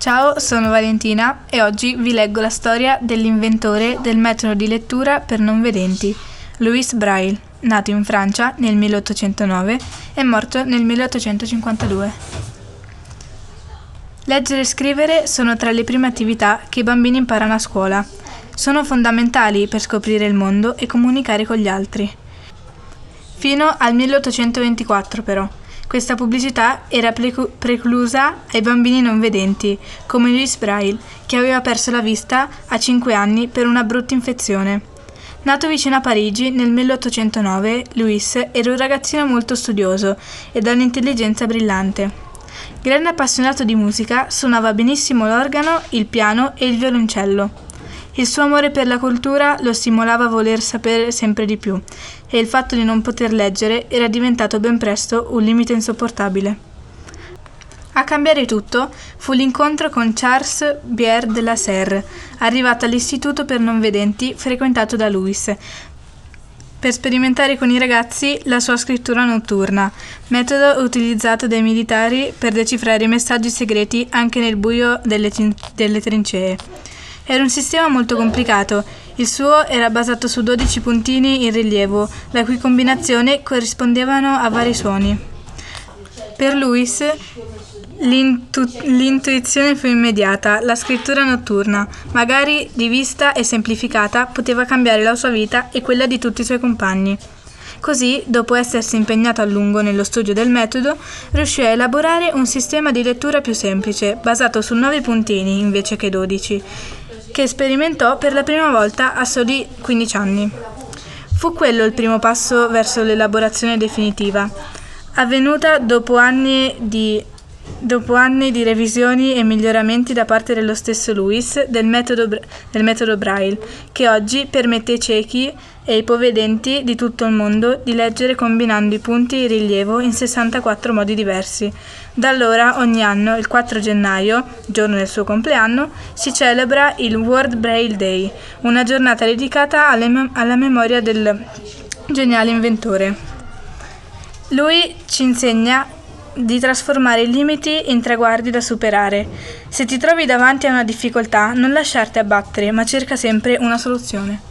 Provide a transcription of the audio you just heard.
Ciao, sono Valentina e oggi vi leggo la storia dell'inventore del metodo di lettura per non vedenti, Louis Braille, nato in Francia nel 1809 e morto nel 1852. Leggere e scrivere sono tra le prime attività che i bambini imparano a scuola. Sono fondamentali per scoprire il mondo e comunicare con gli altri. Fino al 1824 però. Questa pubblicità era preclusa ai bambini non vedenti, come Louis Braille, che aveva perso la vista a 5 anni per una brutta infezione. Nato vicino a Parigi nel 1809, Louis era un ragazzino molto studioso e dall'intelligenza brillante. Grande appassionato di musica, suonava benissimo l'organo, il piano e il violoncello. Il suo amore per la cultura lo stimolava a voler sapere sempre di più, e il fatto di non poter leggere era diventato ben presto un limite insopportabile. A cambiare tutto fu l'incontro con Charles Bier de la Serre, arrivato all'istituto per non vedenti frequentato da Louis, per sperimentare con i ragazzi la sua scrittura notturna, metodo utilizzato dai militari per decifrare i messaggi segreti anche nel buio delle trincee. Era un sistema molto complicato. Il suo era basato su 12 puntini in rilievo, la cui combinazione corrispondevano a vari suoni. Per Louis l'intuizione fu immediata. La scrittura notturna, magari rivista e semplificata, poteva cambiare la sua vita e quella di tutti i suoi compagni. Così, dopo essersi impegnato a lungo nello studio del metodo, riuscì a elaborare un sistema di lettura più semplice, basato su 9 puntini invece che 12, che sperimentò per la prima volta a soli 15 anni. Fu quello il primo passo verso l'elaborazione definitiva, avvenuta dopo anni di revisioni e miglioramenti da parte dello stesso Louis del metodo Braille, che oggi permette ai ciechi e ai ipovedenti di tutto il mondo di leggere combinando i punti di rilievo in 64 modi diversi. Da allora, ogni anno, il 4 gennaio, giorno del suo compleanno, si celebra il World Braille Day, una giornata dedicata alla memoria del geniale inventore. Lui ci insegna di trasformare i limiti in traguardi da superare. Se ti trovi davanti a una difficoltà, non lasciarti abbattere, ma cerca sempre una soluzione.